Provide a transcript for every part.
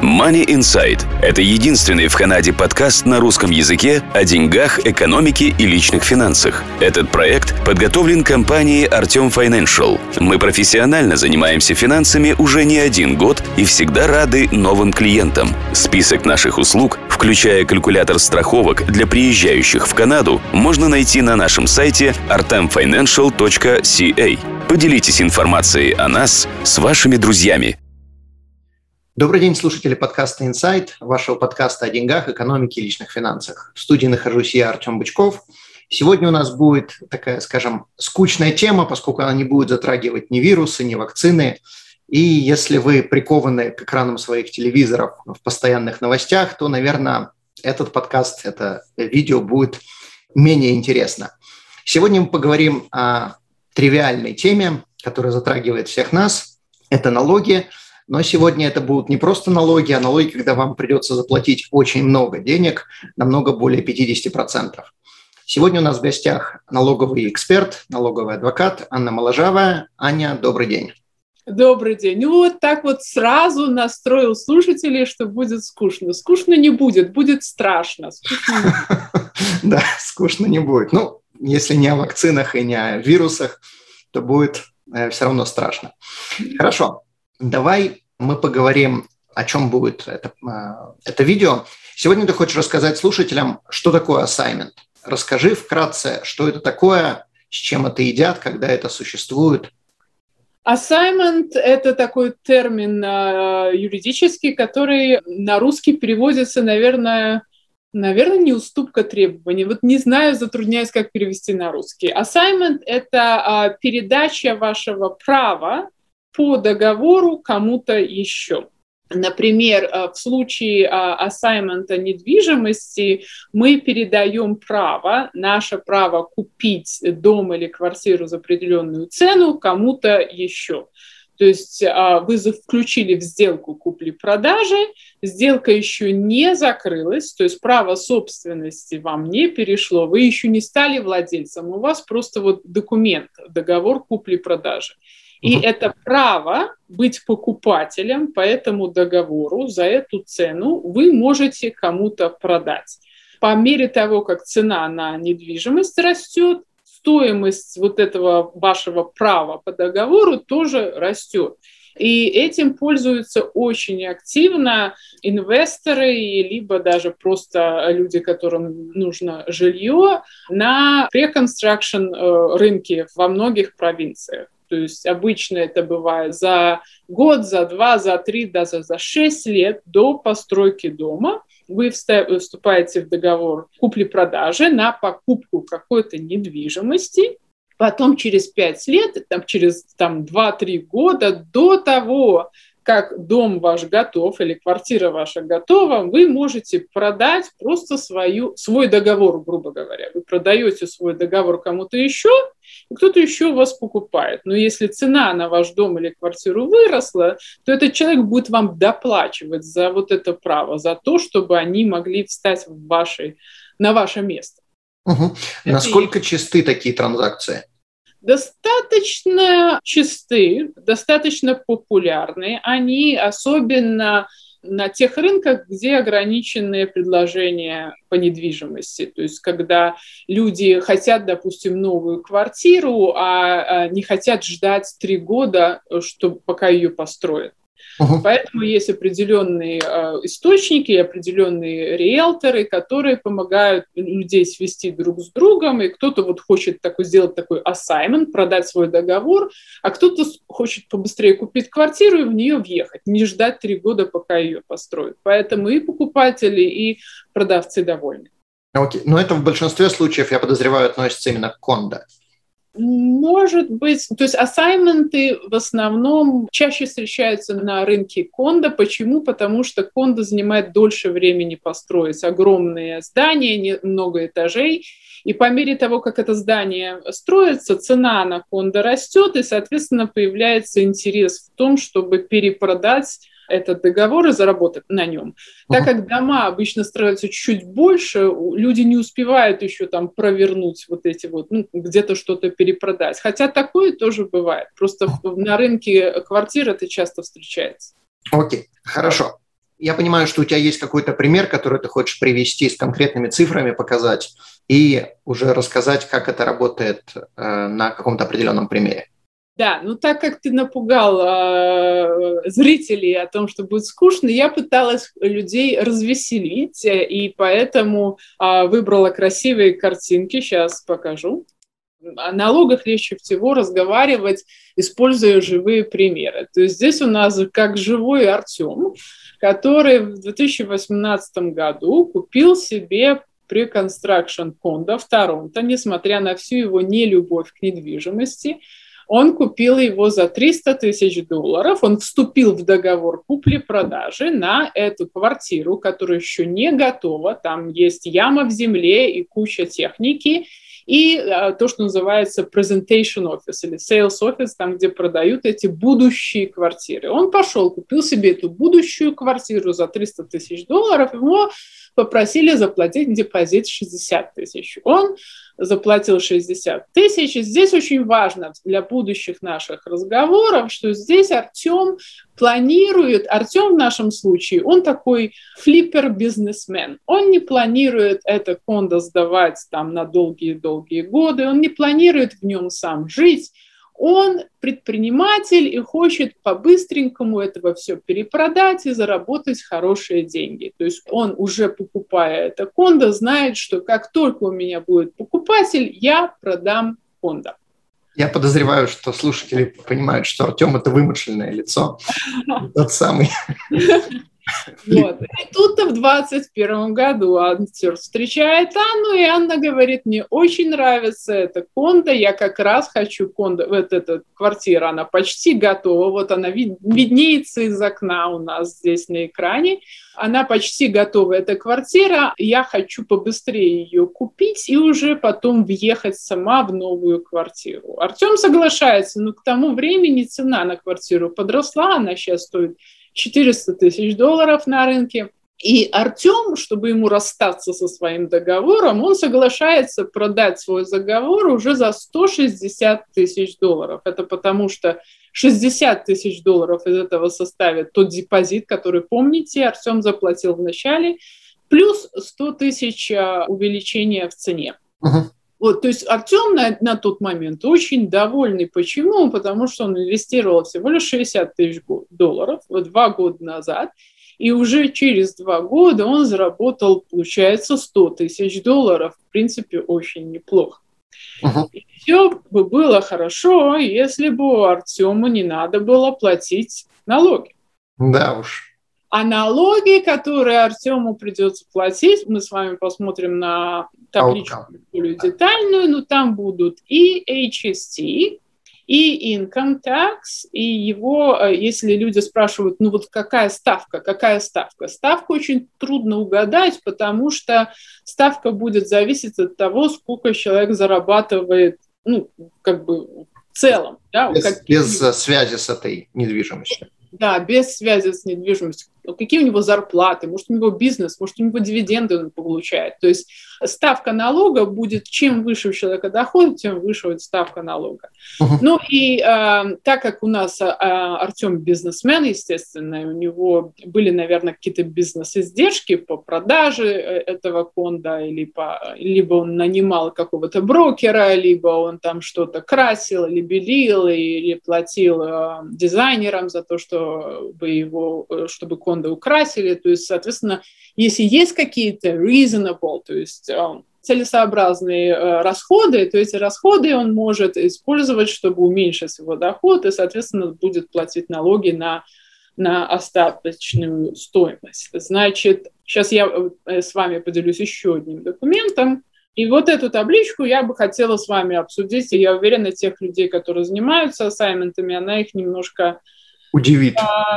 Money Insight – это единственный в Канаде подкаст на русском языке о деньгах, экономике и личных финансах. Этот проект подготовлен компанией Artyom Financial. Мы профессионально занимаемся финансами уже не один год и всегда рады новым клиентам. Список наших услуг, включая калькулятор страховок для приезжающих в Канаду, можно найти на нашем сайте artamfinancial.ca. Поделитесь информацией о нас с вашими друзьями. Добрый день, слушатели подкаста «Инсайт», вашего подкаста о деньгах, экономике и личных финансах. В студии нахожусь я, Артем Бычков. Сегодня у нас будет такая, скажем, скучная тема, поскольку она не будет затрагивать ни вирусы, ни вакцины. И если вы прикованы к экранам своих телевизоров в постоянных новостях, то, наверное, этот подкаст, это видео будет менее интересно. Сегодня мы поговорим о тривиальной теме, которая затрагивает всех нас. Это налоги. Но сегодня это будут не просто налоги, а налоги, когда вам придется заплатить очень много денег, намного более 50%. Сегодня у нас в гостях налоговый эксперт, налоговый адвокат Анна Моложавая. Аня, добрый день. Добрый день. Ну вот так вот сразу настроил слушателей, что будет скучно. Скучно не будет, будет страшно. Да, скучно не будет. Ну, если не о вакцинах и не о вирусах, то будет все равно страшно. Хорошо. Давай мы поговорим, о чем будет это видео. Сегодня ты хочешь рассказать слушателям, что такое assignment. Расскажи вкратце, что это такое, с чем это едят, когда это существует. Assignment – это такой термин юридический, который на русский переводится, наверное, не уступка требований. Вот не знаю, затрудняюсь, как перевести на русский. Assignment – это передача вашего права по договору кому-то еще. Например, в случае ассаймента недвижимости мы передаем наше право купить дом или квартиру за определенную цену кому-то еще. То есть вы включили в сделку купли-продажи, сделка еще не закрылась, то есть право собственности вам не перешло, вы еще не стали владельцем, у вас просто вот документ, договор купли-продажи. И это право быть покупателем по этому договору за эту цену вы можете кому-то продать. По мере того, как цена на недвижимость растет, стоимость вот этого вашего права по договору тоже растет. И этим пользуются очень активно инвесторы, либо даже просто люди, которым нужно жилье, на pre-construction рынке во многих провинциях. То есть обычно это бывает за год, за 2, за 3, даже за 6 лет до постройки дома. Вы вступаете в договор купли-продажи на покупку какой-то недвижимости. Потом через 5 лет, через 2-3 года до того, как дом ваш готов или квартира ваша готова, вы можете продать просто свой договор, грубо говоря. Вы продаете свой договор кому-то еще, и кто-то еще вас покупает. Но если цена на ваш дом или квартиру выросла, то этот человек будет вам доплачивать за вот это право, за то, чтобы они могли встать на ваше место. Насколько чисты такие транзакции? Достаточно чисты, достаточно популярны. Они особенно на тех рынках, где ограниченные предложения по недвижимости. То есть когда люди хотят, допустим, новую квартиру, а не хотят ждать 3 года, пока ее построят. Поэтому есть определенные источники, определенные риэлторы, которые помогают людей свести друг с другом, и кто-то вот хочет сделать такой assignment, продать свой договор, а кто-то хочет побыстрее купить квартиру и в нее въехать, не ждать 3 года, пока ее построят. Поэтому и покупатели, и продавцы довольны. Окей. Но это в большинстве случаев, я подозреваю, относится именно к кондо. Может быть. То есть ассайнменты в основном чаще встречаются на рынке кондо. Почему? Потому что кондо занимает дольше времени построить. Огромные здания, много этажей. И по мере того, как это здание строится, цена на кондо растет, и, соответственно, появляется интерес в том, чтобы перепродать этот договор и заработать на нем. Так как дома обычно строятся чуть больше, люди не успевают еще там провернуть вот эти вот, где-то что-то перепродать. Хотя такое тоже бывает. Просто на рынке квартир это часто встречается. Окей, хорошо. Я понимаю, что у тебя есть какой-то пример, который ты хочешь привести с конкретными цифрами, показать и уже рассказать, как это работает на каком-то определенном примере. Да, так как ты напугал зрителей о том, что будет скучно, я пыталась людей развеселить, и поэтому выбрала красивые картинки, сейчас покажу. О налогах легче всего разговаривать, используя живые примеры. То есть здесь у нас как живой Артем, который в 2018 году купил себе pre-construction кондо в Торонто, несмотря на всю его нелюбовь к недвижимости. Он купил его за $300 тысяч. Он вступил в договор купли-продажи на эту квартиру, которая еще не готова. Там есть яма в земле и куча техники. И то, что называется presentation office или sales office, там, где продают эти будущие квартиры. Он пошел, купил себе эту будущую квартиру за $300 тысяч. Его попросили заплатить депозит $60 тысяч. Он заплатил $60 тысяч. И здесь очень важно для будущих наших разговоров, что здесь Артем планирует, Артем в нашем случае, он такой флиппер-бизнесмен. Он не планирует это кондо сдавать там на долгие-долгие годы, он не планирует в нем сам жить. Он предприниматель и хочет по-быстренькому этого все перепродать и заработать хорошие деньги. То есть он, уже покупая это кондо, знает, что как только у меня будет покупатель, я продам кондо. Я подозреваю, что слушатели понимают, что Артем – это вымышленное лицо. Тот самый. Вот. И тут-то в 2021 году актер встречает Анну, и Анна говорит: мне очень нравится это кондо, я как раз хочу кондо. Вот эта квартира, она почти готова, вот она виднеется из окна у нас здесь на экране, она почти готова, эта квартира, я хочу побыстрее ее купить и уже потом въехать сама в новую квартиру. Артем соглашается, но к тому времени цена на квартиру подросла, она сейчас стоит $400 тысяч на рынке. И Артем, чтобы ему расстаться со своим договором, он соглашается продать свой договор уже за $160 тысяч. Это потому что $60 тысяч из этого составит тот депозит, который, помните, Артем заплатил в начале, плюс 100 тысяч увеличения в цене. Вот, то есть Артем на тот момент очень довольный. Почему? Потому что он инвестировал всего лишь $60 тысяч 2 года назад, и уже через 2 года он заработал, получается, $100 тысяч. В принципе, очень неплохо. И все бы было хорошо, если бы Артему не надо было платить налоги. Да уж. А налоги, которые Артему придется платить, мы с вами посмотрим на табличку более детальную, но там будут и HST, и income tax, и его, если люди спрашивают, какая ставка? Ставку очень трудно угадать, потому что ставка будет зависеть от того, сколько человек зарабатывает, в целом. Да, без связи с этой недвижимостью. Да, без связи с недвижимостью. Какие у него зарплаты, может, у него бизнес, может, у него дивиденды он получает. То есть ставка налога будет, чем выше у человека доход, тем выше будет ставка налога. Ну и так как у нас Артем бизнесмен, естественно, у него были, наверное, какие-то бизнес-издержки по продаже этого кондо, либо он нанимал какого-то брокера, либо он там что-то красил или белил, или платил дизайнерам за то, чтобы кондо украсили. То есть, соответственно, если есть какие-то reasonable, то есть целесообразные расходы, то эти расходы он может использовать, чтобы уменьшить его доход, и, соответственно, будет платить налоги на остаточную стоимость. Значит, сейчас я с вами поделюсь еще одним документом. И вот эту табличку я бы хотела с вами обсудить, и я уверена, тех людей, которые занимаются ассайментами, она их немножко удивит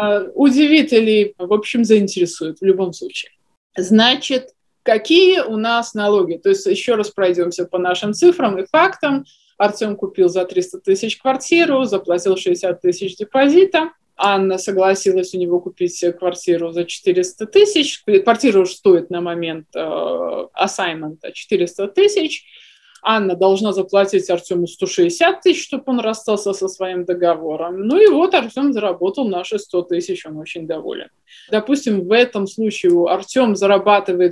или, в общем, заинтересует в любом случае. Значит, какие у нас налоги? То есть еще раз пройдемся по нашим цифрам и фактам. Артем купил за 300 тысяч квартиру, заплатил 60 тысяч депозита. Анна согласилась у него купить квартиру за 400 тысяч. Квартира уже стоит на момент ассаймента 400 тысяч. Анна должна заплатить Артему 160 тысяч, чтобы он расстался со своим договором. Ну и вот Артем заработал наши 100 тысяч, он очень доволен. Допустим, в этом случае Артем зарабатывает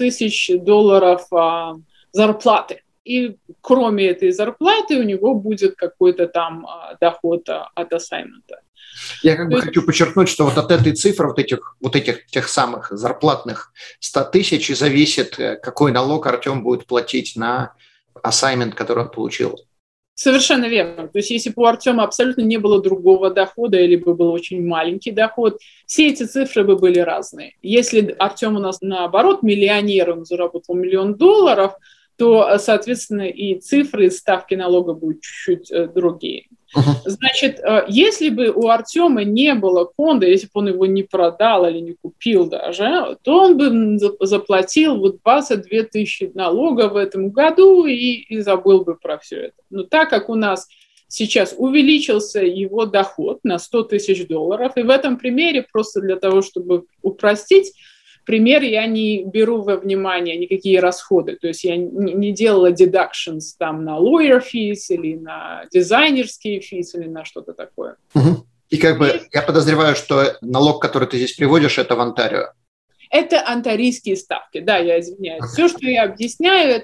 $100 000 зарплаты. И кроме этой зарплаты у него будет какой-то там доход от ассаймента. Я хочу подчеркнуть, что вот от этой цифры, вот этих тех самых зарплатных 100 тысяч, зависит, какой налог Артем будет платить на ассаймент, который он получил. Совершенно верно. То есть если бы у Артема абсолютно не было другого дохода, или бы был очень маленький доход, все эти цифры бы были разные. Если Артем у нас, наоборот, миллионер, он заработал $1 000 000, то, соответственно, и цифры, и ставки налога будут чуть-чуть другие. Значит, если бы у Артема не было фонда, если бы он его не продал или не купил даже, то он бы заплатил 22 тысячи налога в этом году и забыл бы про все это. Но так как у нас сейчас увеличился его доход на $100 тысяч, и в этом примере, просто для того, чтобы упростить, пример, я не беру во внимание никакие расходы, то есть я не делала deductions там на lawyer fees или на дизайнерские fees или на что-то такое. И я подозреваю, что налог, который ты здесь приводишь, это в Онтарио. Это онтарийские ставки, да, я извиняюсь. Все, что я объясняю,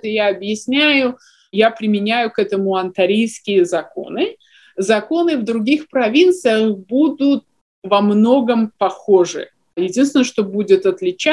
я применяю к этому онтарийские законы. Законы в других провинциях будут во многом похожи. Единственное, что будут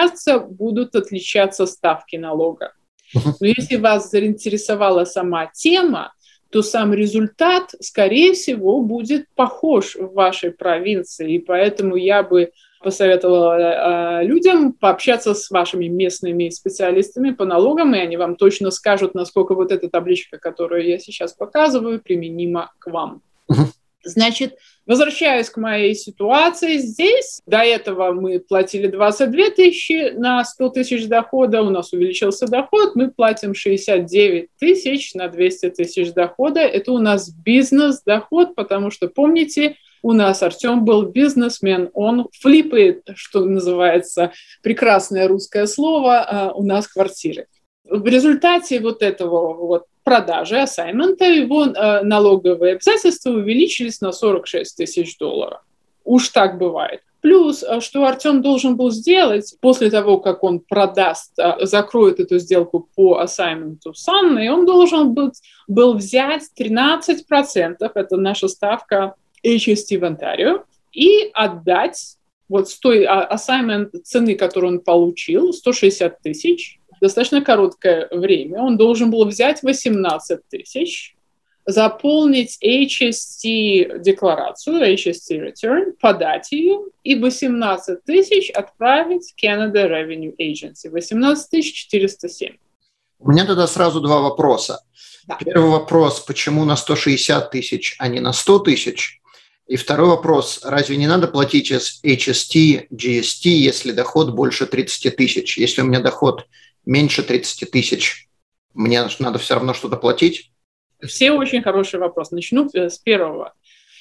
отличаться ставки налога. Но если вас заинтересовала сама тема, то сам результат, скорее всего, будет похож в вашей провинции. И поэтому я бы посоветовала людям пообщаться с вашими местными специалистами по налогам, и они вам точно скажут, насколько вот эта табличка, которую я сейчас показываю, применима к вам. Значит, возвращаясь к моей ситуации здесь, до этого мы платили 22 тысячи на 100 тысяч дохода, у нас увеличился доход, мы платим 69 тысяч на 200 тысяч дохода. Это у нас бизнес-доход, потому что, помните, у нас Артем был бизнесмен, он флипает, что называется, прекрасное русское слово, у нас квартиры. В результате вот этого продажи, ассаймента, его налоговые обязательства увеличились на $46 тысяч. Уж так бывает. Плюс, что Артем должен был сделать после того, как он закроет эту сделку по ассайменту с Анной, он должен был взять 13%, это наша ставка HST в Онтарио, и отдать с той ассаймент цены, которую он получил, 160 тысяч, достаточно короткое время, он должен был взять 18 тысяч, заполнить HST-декларацию, HST return, подать ее, и 18 тысяч отправить в Canada Revenue Agency, 18 407. У меня тогда сразу два вопроса. Да. Первый вопрос, почему на 160 тысяч, а не на 100 тысяч? И второй вопрос, разве не надо платить HST, GST, если доход больше 30 тысяч? Если у меня доход меньше 30 тысяч, мне надо все равно что-то платить? Все очень хороший вопрос. Начну с первого.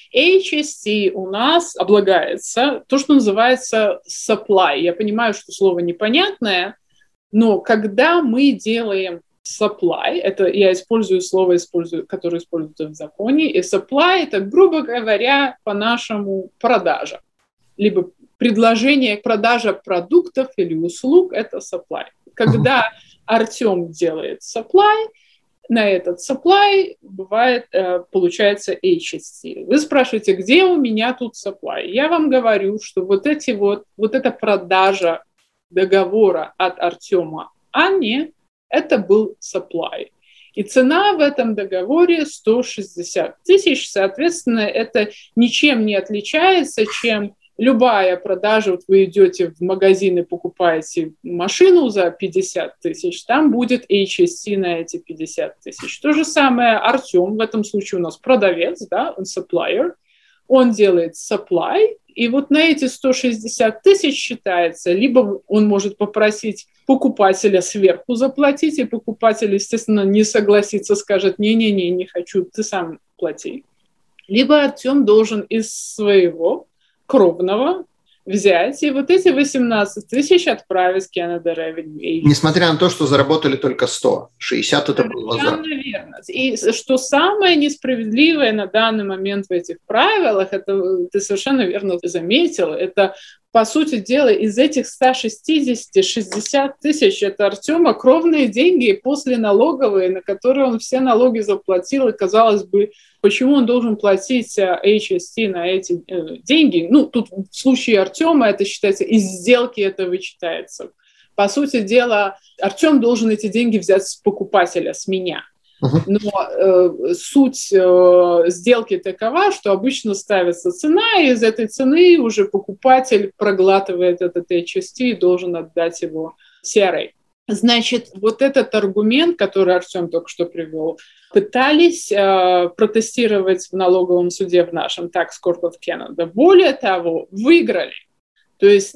HST у нас облагается то, что называется supply. Я понимаю, что слово непонятное, но когда мы делаем supply, это я использую слово, которое используется в законе, и supply – это, грубо говоря, по-нашему продажа. Либо предложение, продажа продуктов или услуг – это supply. Когда Артем делает supply, на этот supply получается HST. Вы спрашиваете, где у меня тут supply? Я вам говорю, что вот эта продажа договора от Артема Анне, это был supply. И цена в этом договоре 160 тысяч, соответственно, это ничем не отличается, чем любая продажа. Вот вы идете в магазин и покупаете машину за 50 тысяч, там будет HST на эти 50 тысяч. То же самое Артем, в этом случае у нас продавец, да, он supplier, он делает supply, и вот на эти 160 тысяч считается, либо он может попросить покупателя сверху заплатить, и покупатель, естественно, не согласится, скажет, не-не-не, не хочу, ты сам плати. Либо Артем должен из своего кровного взять и вот эти 18 тысяч отправить в Canada Revenue Agency. Несмотря на то, что заработали только 100, 60 это был возврат. Верно. И что самое несправедливое на данный момент в этих правилах, это ты совершенно верно заметил, это, по сути дела, из этих 160, 60 тысяч, это Артема кровные деньги после налоговые, на которые он все налоги заплатил, и, казалось бы, почему он должен платить HST на эти деньги? Ну, тут в случае Артема это считается, из сделки это вычитается. По сути дела, Артем должен эти деньги взять с покупателя, с меня. Но суть сделки такова, что обычно ставится цена, и из этой цены уже покупатель проглатывает этот HST и должен отдать его CRA. Значит, вот этот аргумент, который Артем только что привел, пытались протестировать в налоговом суде в нашем Tax Court of Canada. Более того, выиграли. То есть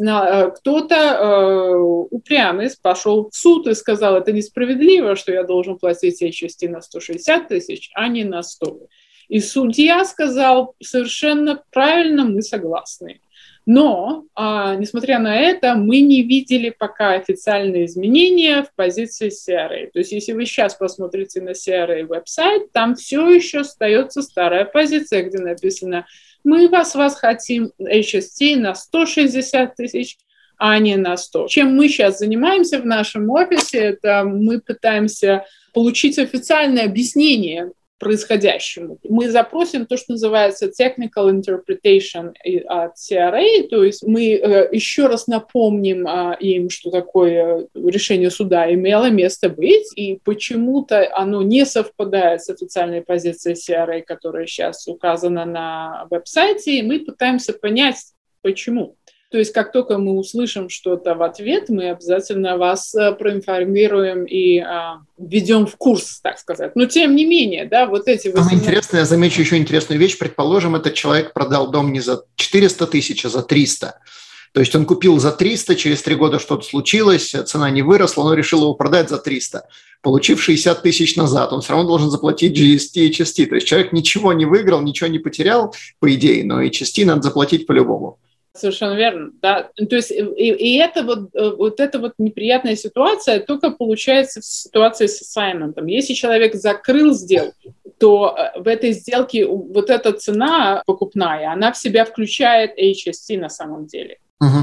кто-то упрямый пошел в суд и сказал, это несправедливо, что я должен платить HST на 160 тысяч, а не на 100. И судья сказал, совершенно правильно, мы согласны. Но, несмотря на это, мы не видели пока официальные изменения в позиции CRA. То есть, если вы сейчас посмотрите на CRA веб-сайт, там все еще остается старая позиция, где написано «Мы вас хотим HST на 160 тысяч, а не на 100». Чем мы сейчас занимаемся в нашем офисе, это мы пытаемся получить официальное объяснение происходящему. Мы запросим то, что называется technical interpretation от CRA, то есть мы еще раз напомним им, что такое решение суда имело место быть, и почему-то оно не совпадает с официальной позицией CRA, которая сейчас указана на веб-сайте, и мы пытаемся понять, почему. То есть, как только мы услышим что-то в ответ, мы обязательно вас проинформируем и введем в курс, так сказать. Но тем не менее, да, вот эти... Самое интересное, я замечу еще интересную вещь. Предположим, этот человек продал дом не за 400 тысяч, а за 300. То есть он купил за 300, через 3 года что-то случилось, цена не выросла, он решил его продать за 300. Получив 60 тысяч назад, он все равно должен заплатить GST и HST. То есть человек ничего не выиграл, ничего не потерял, по идее, но HST надо заплатить по-любому. Совершенно верно, да. То есть и это вот эта вот неприятная ситуация только получается в ситуации с ассайнментом. Если человек закрыл сделку, то в этой сделке вот эта цена покупная, она в себя включает HST на самом деле.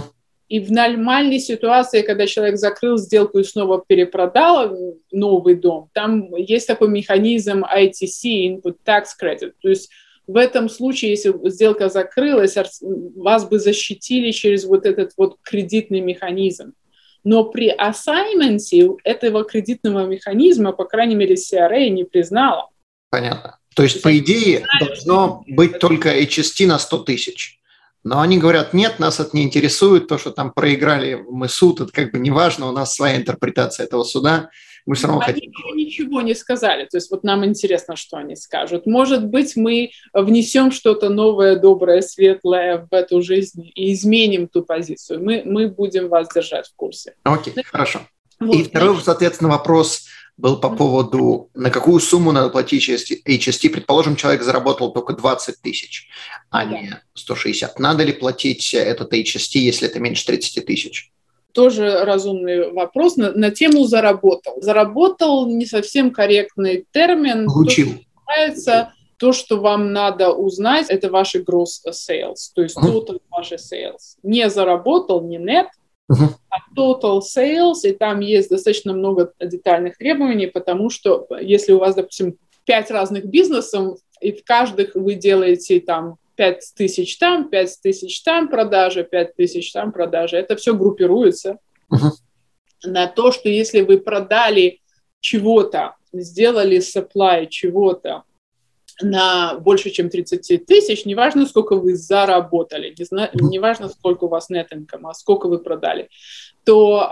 И в нормальной ситуации, когда человек закрыл сделку и снова перепродал новый дом, там есть такой механизм ITC, Input Tax Credit, то есть в этом случае, если сделка закрылась, вас бы защитили через вот этот вот кредитный механизм. Но при ассайнменте этого кредитного механизма, по крайней мере, CRA не признала. Понятно. То есть, по идее, должно быть только HST на 100 тысяч. Но они говорят, нет, нас это не интересует, то, что там проиграли мы суд, это как бы не важно, у нас своя интерпретация этого суда. Мы все равно хотим. Они ничего не сказали. То есть вот нам интересно, что они скажут. Может быть, мы внесем что-то новое, доброе, светлое в эту жизнь и изменим ту позицию. Мы будем вас держать в курсе. Окей, хорошо. Вот. И второй, соответственно, вопрос был по поводу, на какую сумму надо платить HST. Предположим, человек заработал только 20 тысяч, а не 160. Надо ли платить этот HST, если это меньше 30 тысяч? Тоже разумный вопрос на тему «заработал». «Заработал» не совсем корректный термин. Получил. То, что вам надо узнать, это ваши gross sales, то есть total ваши sales. Не заработал, не net, а total sales, и там есть достаточно много детальных требований, потому что если у вас, допустим, 5 разных бизнесов, и в каждых вы делаете там 5 тысяч там, 5 тысяч там продажи, 5 тысяч там продажи. Это все группируется на то, что если вы продали чего-то, сделали supply чего-то на больше, чем 30 тысяч, неважно, сколько вы заработали, неважно, сколько у вас net income, а сколько вы продали, то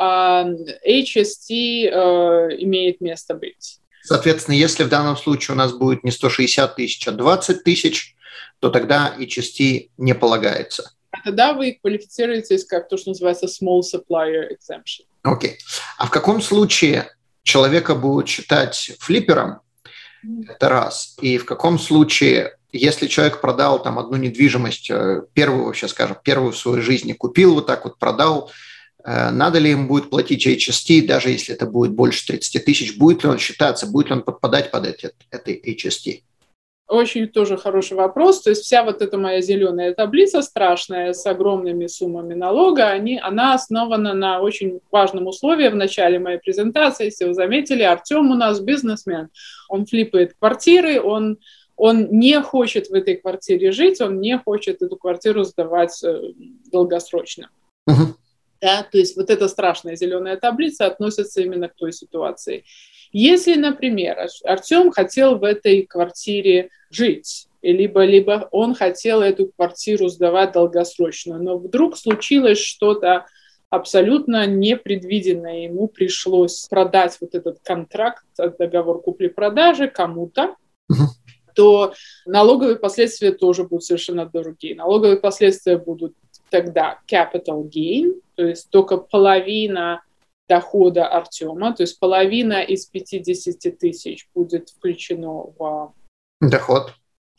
HST имеет место быть. Соответственно, если в данном случае у нас будет не 160 тысяч, а 20 тысяч, то тогда HST не полагается. А тогда вы квалифицируетесь как то, что называется small supplier exemption. Окей. А в каком случае человека будут считать флиппером? Это раз. И в каком случае если человек продал там одну недвижимость, первую в своей жизни, купил вот так вот, продал, надо ли ему будет платить HST, даже если это будет больше 30 тысяч, будет ли он считаться, будет ли он подпадать под этой HST? Очень тоже хороший вопрос. То есть вся вот эта моя зеленая таблица страшная с огромными суммами налога, она основана на очень важном условии в начале моей презентации. Если вы заметили, Артем у нас бизнесмен. Он флипает квартиры, он не хочет в этой квартире жить, он не хочет эту квартиру сдавать долгосрочно. Да, то есть вот эта страшная зеленая таблица относится именно к той ситуации. Если, например, Артем хотел в этой квартире жить, либо он хотел эту квартиру сдавать долгосрочно, но вдруг случилось что-то абсолютно непредвиденное, ему пришлось продать вот этот контракт, договор купли-продажи кому-то, то налоговые последствия тоже будут совершенно другие. Налоговые последствия будут тогда capital gain, то есть только половина дохода Артема, то есть половина из 50 тысяч будет включено в доход,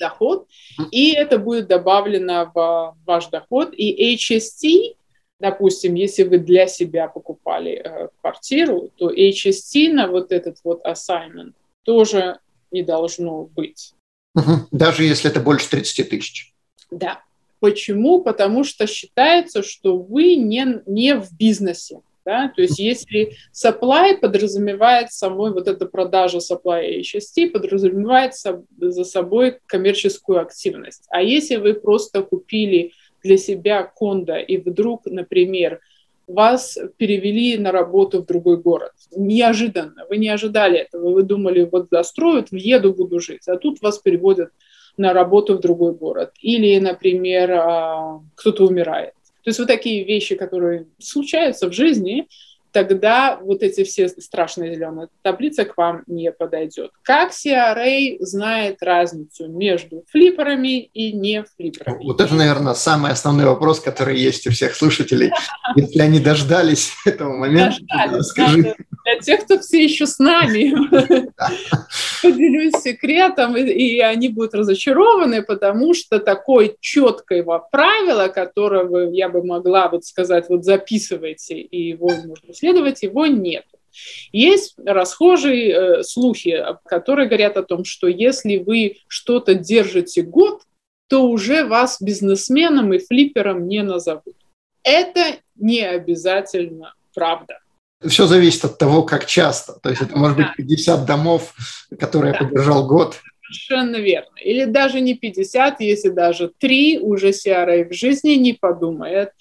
и это будет добавлено в ваш доход. И HST, допустим, если вы для себя покупали квартиру, то HST на вот этот вот assignment тоже не должно быть. Даже если это больше 30 тысяч. Да. Почему? Потому что считается, что вы не в бизнесе. Да? То есть если supply подразумевает собой, вот эта продажа supply и HST подразумевает за собой коммерческую активность. А если вы просто купили для себя кондо и вдруг, например, вас перевели на работу в другой город. Неожиданно. Вы не ожидали этого. Вы думали, вот достроят, въеду, буду жить. А тут вас переводят на работу в другой город. Или, например, кто-то умирает. То есть вот такие вещи, которые случаются в жизни, тогда вот эти все страшные зеленые таблицы к вам не подойдет. Как CRA знает разницу между флипперами и не флипперами? Вот это, наверное, самый основной вопрос, который есть у всех слушателей. Если они дождались этого момента, скажи. Для тех, кто все еще с нами, поделюсь секретом, и они будут разочарованы, потому что такое четкого правила, которого я бы могла вот сказать, вот записывайте, и его можно следовать, его нет. Есть расхожие слухи, которые говорят о том, что если вы что-то держите год, то уже вас бизнесменом и флиппером не назовут. Это не обязательно правда. Все зависит от того, как часто. То есть это может быть 50 домов, которые я подержал год. Совершенно верно. Или даже не 50, если даже 3, уже CRA в жизни не подумает,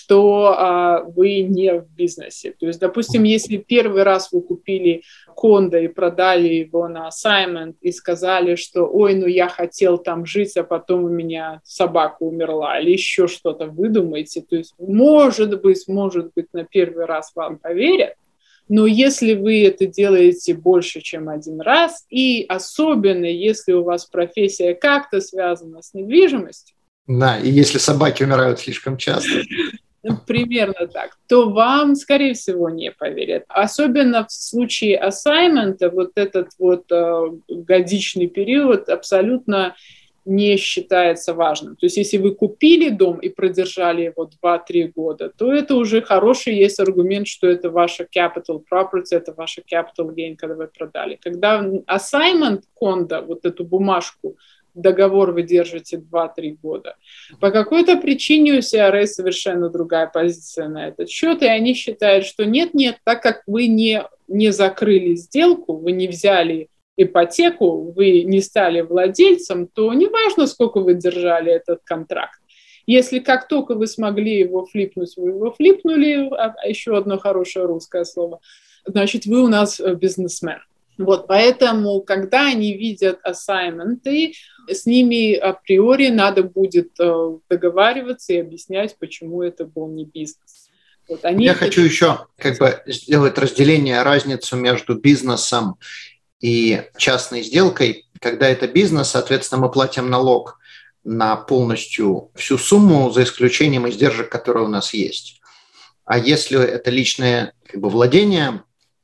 что вы не в бизнесе. То есть, допустим, если первый раз вы купили кондо и продали его на assignment и сказали, что ой, ну я хотел там жить, а потом у меня собака умерла, или еще что-то выдумаете. То есть, может быть, на первый раз вам поверят, но если вы это делаете больше, чем один раз, и особенно если у вас профессия как-то связана с недвижимостью, да, и если собаки умирают слишком часто, примерно так, то вам, скорее всего, не поверят. Особенно в случае ассаймента вот этот вот годичный период абсолютно не считается важным. То есть если вы купили дом и продержали его 2-3 года, то это уже хороший есть аргумент, что это ваша capital property, это ваша capital gain, когда вы продали. Когда assignment кондо, вот эту бумажку, договор вы держите 2-3 года. По какой-то причине у CRA совершенно другая позиция на этот счет, и они считают, что нет-нет, так как вы не закрыли сделку, вы не взяли ипотеку, вы не стали владельцем, то неважно, сколько вы держали этот контракт. Если как только вы смогли его флипнуть, вы его флипнули, еще одно хорошее русское слово, значит, вы у нас бизнесмен. Вот, поэтому, когда они видят ассайменты, с ними априори надо будет договариваться и объяснять, почему это был не бизнес. Вот, Я хочу еще сделать разделение, разницу между бизнесом и частной сделкой. Когда это бизнес, соответственно, мы платим налог на полностью всю сумму, за исключением издержек, которые у нас есть. А если это личное владение,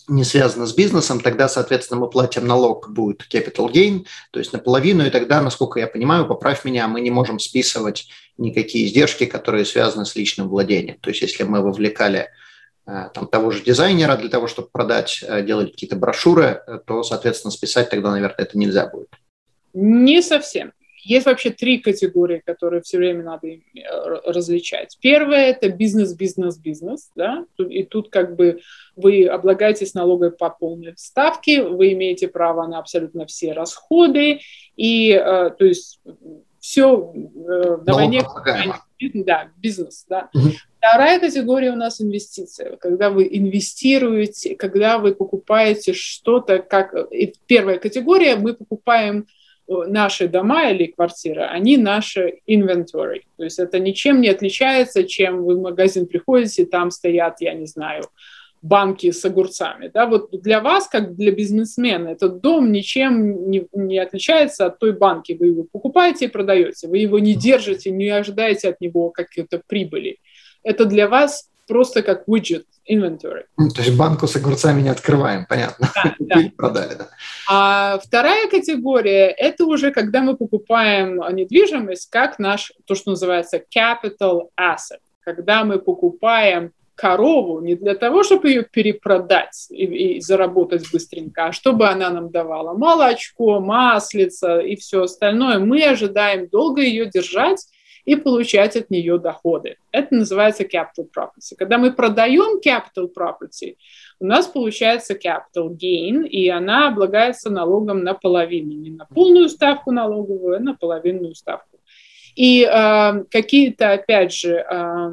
не связано с бизнесом, тогда, соответственно, мы платим налог, будет capital gain, то есть наполовину, и тогда, насколько я понимаю, поправь меня, мы не можем списывать никакие издержки, которые связаны с личным владением. То есть если мы вовлекали там, того же дизайнера для того, чтобы продать, делать какие-то брошюры, то, соответственно, списать тогда, наверное, это нельзя будет. Не совсем. Есть вообще 3 категории, которые все время надо различать. Первое – это бизнес, да, и тут как бы вы облагаетесь налогом по полной ставке, вы имеете право на абсолютно все расходы, и то есть все на войне, да, бизнес, да. Вторая категория у нас инвестиции. Когда вы инвестируете, когда вы покупаете что-то, как и первая категория, мы покупаем наши дома или квартиры, они наши inventory. То есть это ничем не отличается, чем вы в магазин приходите, там стоят, я не знаю, банки с огурцами. Да? Вот для вас, как для бизнесмена, этот дом ничем не отличается от той банки. Вы его покупаете и продаете. Вы его не держите, не ожидаете от него какой-то прибыли. Это для вас просто как widget, inventory. То есть банку с огурцами не открываем, понятно. Да. Продали, да. А вторая категория – это уже когда мы покупаем недвижимость как наш, то, что называется capital asset. Когда мы покупаем корову не для того, чтобы ее перепродать и заработать быстренько, а чтобы она нам давала молочко, маслица и все остальное. Мы ожидаем долго ее держать и получать от нее доходы. Это называется capital property. Когда мы продаем capital property, у нас получается capital gain, и она облагается налогом наполовину. Не на полную ставку налоговую, а на половинную ставку. И какие-то, опять же,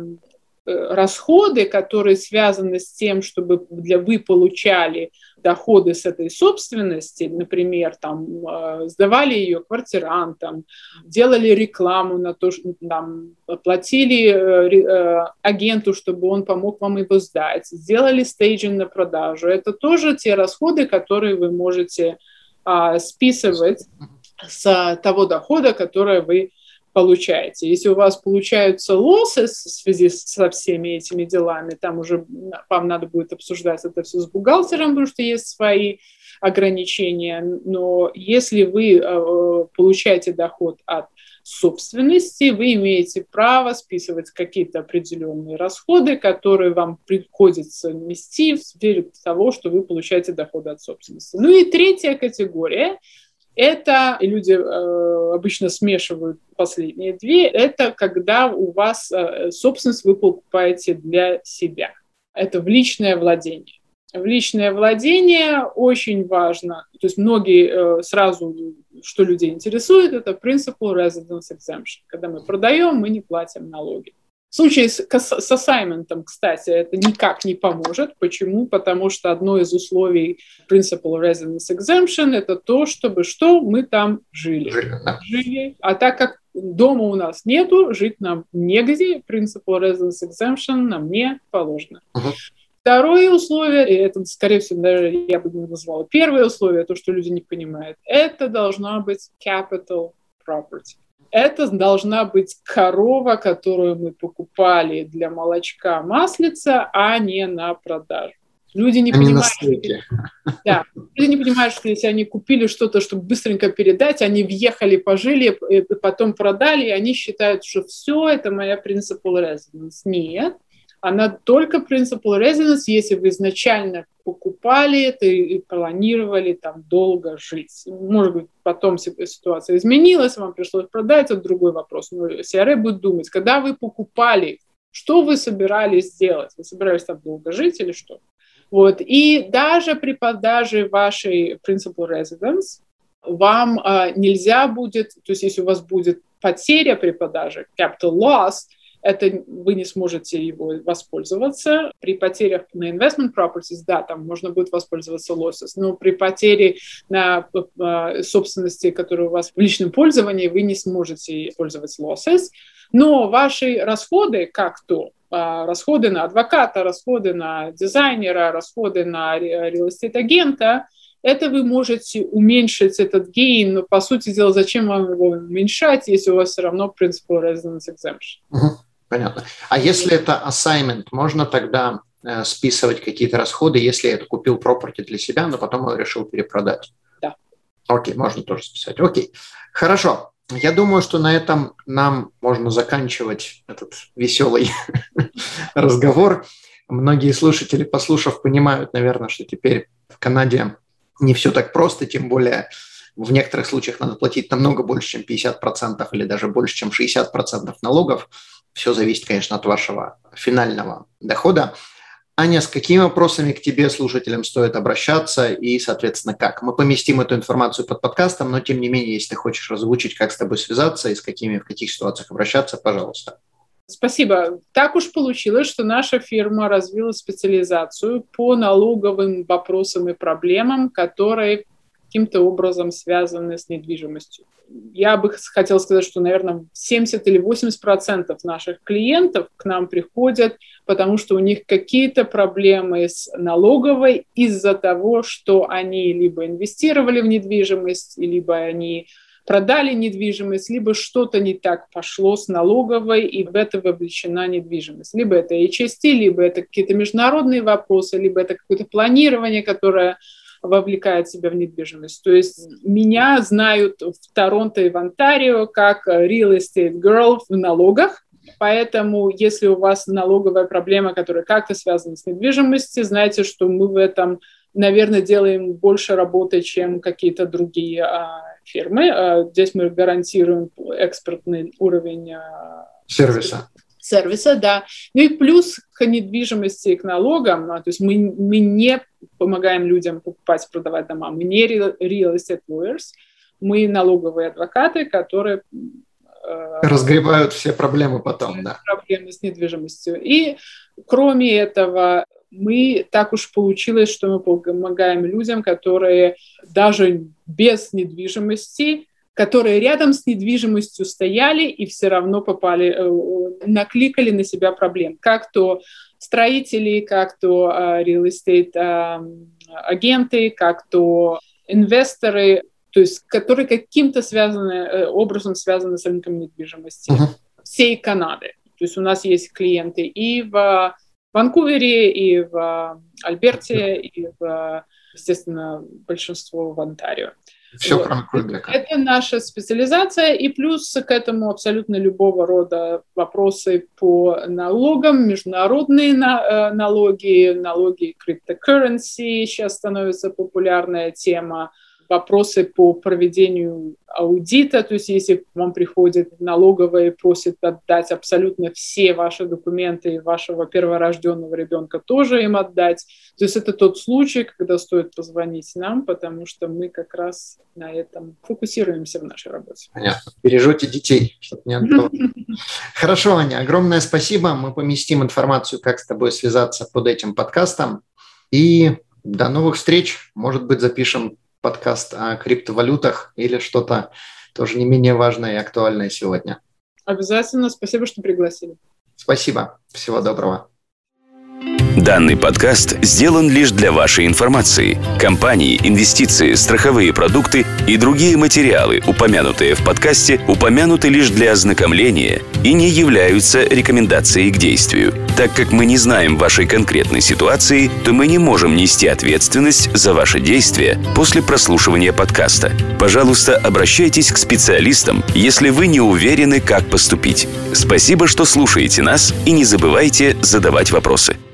расходы, которые связаны с тем, чтобы вы получали доходы с этой собственности, например, там, сдавали ее квартирантам, делали рекламу на то, что там, платили агенту, чтобы он помог вам его сдать, сделали стейджинг на продажу. Это тоже те расходы, которые вы можете списывать с того дохода, который вы получаете. Если у вас получаются лоссы в связи со всеми этими делами, там уже вам надо будет обсуждать это все с бухгалтером, потому что есть свои ограничения. Но если вы получаете доход от собственности, вы имеете право списывать какие-то определенные расходы, которые вам приходится нести в сфере того, что вы получаете доходы от собственности. Ну и третья категория – это, люди обычно смешивают последние 2, это когда у вас собственность вы покупаете для себя. Это в личное владение. В личное владение очень важно, то есть многие сразу, что людей интересует, это principal residence exemption. Когда мы продаем, мы не платим налоги. В случае с assignment, кстати, это никак не поможет. Почему? Потому что одно из условий Principal Residence Exemption – это то, чтобы мы там жили. А так как дома у нас нету, жить нам негде, Principal Residence Exemption нам не положено. Второе условие, и это, скорее всего, даже я бы не назвала первое условие, то, что люди не понимают, это должна быть capital property. Это должна быть корова, которую мы покупали для молочка, маслица, а не на продажу. Люди не понимают, люди не понимают, что если они купили что-то, чтобы быстренько передать, они въехали, пожили, потом продали, и они считают, что все, это моя principal residence. Нет. Она только principal residence, если вы изначально покупали это и планировали там долго жить. Может быть, потом ситуация изменилась, вам пришлось продать, это другой вопрос. Но CRA будет думать, когда вы покупали, что вы собирались сделать? Вы собирались там долго жить или что? Вот. И даже при продаже вашей principal residence вам нельзя будет, то есть если у вас будет потеря при продаже, capital loss, это вы не сможете его воспользоваться. При потерях на investment properties, да, там можно будет воспользоваться losses, но при потере на собственности, которая у вас в личном пользовании, вы не сможете использовать losses. Но ваши расходы, как то, расходы на адвоката, расходы на дизайнера, расходы на real estate агента, это вы можете уменьшить этот гейн, но, по сути дела, зачем вам его уменьшать, если у вас все равно principal residence exemption? Понятно. А если это assignment, можно тогда списывать какие-то расходы, если я купил property для себя, но потом его решил перепродать? Да. Окей, можно тоже списать. Окей, хорошо. Я думаю, что на этом нам можно заканчивать этот веселый разговор. Многие слушатели, послушав, понимают, наверное, что теперь в Канаде не все так просто, тем более в некоторых случаях надо платить намного больше, чем 50% или даже больше, чем 60% налогов. Все зависит, конечно, от вашего финального дохода. Аня, с какими вопросами к тебе, слушателям, стоит обращаться и, соответственно, как? Мы поместим эту информацию под подкастом, но, тем не менее, если ты хочешь озвучить, как с тобой связаться и в каких ситуациях обращаться, пожалуйста. Спасибо. Так уж получилось, что наша фирма развила специализацию по налоговым вопросам и проблемам, которые каким-то образом связаны с недвижимостью. Я бы хотела сказать, что, наверное, 70 или 80% наших клиентов к нам приходят, потому что у них какие-то проблемы с налоговой из-за того, что они либо инвестировали в недвижимость, либо они продали недвижимость, либо что-то не так пошло с налоговой, и в это вовлечена недвижимость. Либо это HST, либо это какие-то международные вопросы, либо это какое-то планирование, которое вовлекает себя в недвижимость. То есть меня знают в Торонто и в Онтарио как real estate girl в налогах, поэтому если у вас налоговая проблема, которая как-то связана с недвижимостью, знайте, что мы в этом, наверное, делаем больше работы, чем какие-то другие фирмы. Здесь мы гарантируем экспертный уровень сервиса, да. Ну и плюс к недвижимости и к налогам, то есть мы не помогаем людям покупать и продавать дома, мы не real estate lawyers, мы налоговые адвокаты, которые разгребают все проблемы потом, да. Проблемы с недвижимостью. И кроме этого, так уж получилось, что мы помогаем людям, которые даже без недвижимости, которые рядом с недвижимостью стояли и все равно накликали на себя проблем. Как то строители, как то real estate агенты, как то инвесторы, то есть которые каким-то образом связаны с рынком недвижимости всей Канады. То есть у нас есть клиенты и в Ванкувере, и в Альберте, и естественно, большинство в Онтарио. Все, кроме Квебека. Это наша специализация, и плюс к этому абсолютно любого рода вопросы по налогам, международные налоги, cryptocurrency сейчас становится популярная тема, вопросы по проведению аудита, то есть если к вам приходит налоговая и просит отдать абсолютно все ваши документы и вашего перворожденного ребенка тоже им отдать, то есть это тот случай, когда стоит позвонить нам, потому что мы как раз на этом фокусируемся в нашей работе. Понятно. Бережете детей, чтобы не отдавать. Хорошо, Аня, огромное спасибо. Мы поместим информацию, как с тобой связаться под этим подкастом. И до новых встреч. Может быть, запишем подкаст о криптовалютах или что-то тоже не менее важное и актуальное сегодня. Обязательно. Спасибо, что пригласили. Спасибо. Всего доброго. Данный подкаст сделан лишь для вашей информации. Компании, инвестиции, страховые продукты и другие материалы, упомянутые в подкасте, упомянуты лишь для ознакомления и не являются рекомендацией к действию. Так как мы не знаем вашей конкретной ситуации, то мы не можем нести ответственность за ваши действия после прослушивания подкаста. Пожалуйста, обращайтесь к специалистам, если вы не уверены, как поступить. Спасибо, что слушаете нас, и не забывайте задавать вопросы.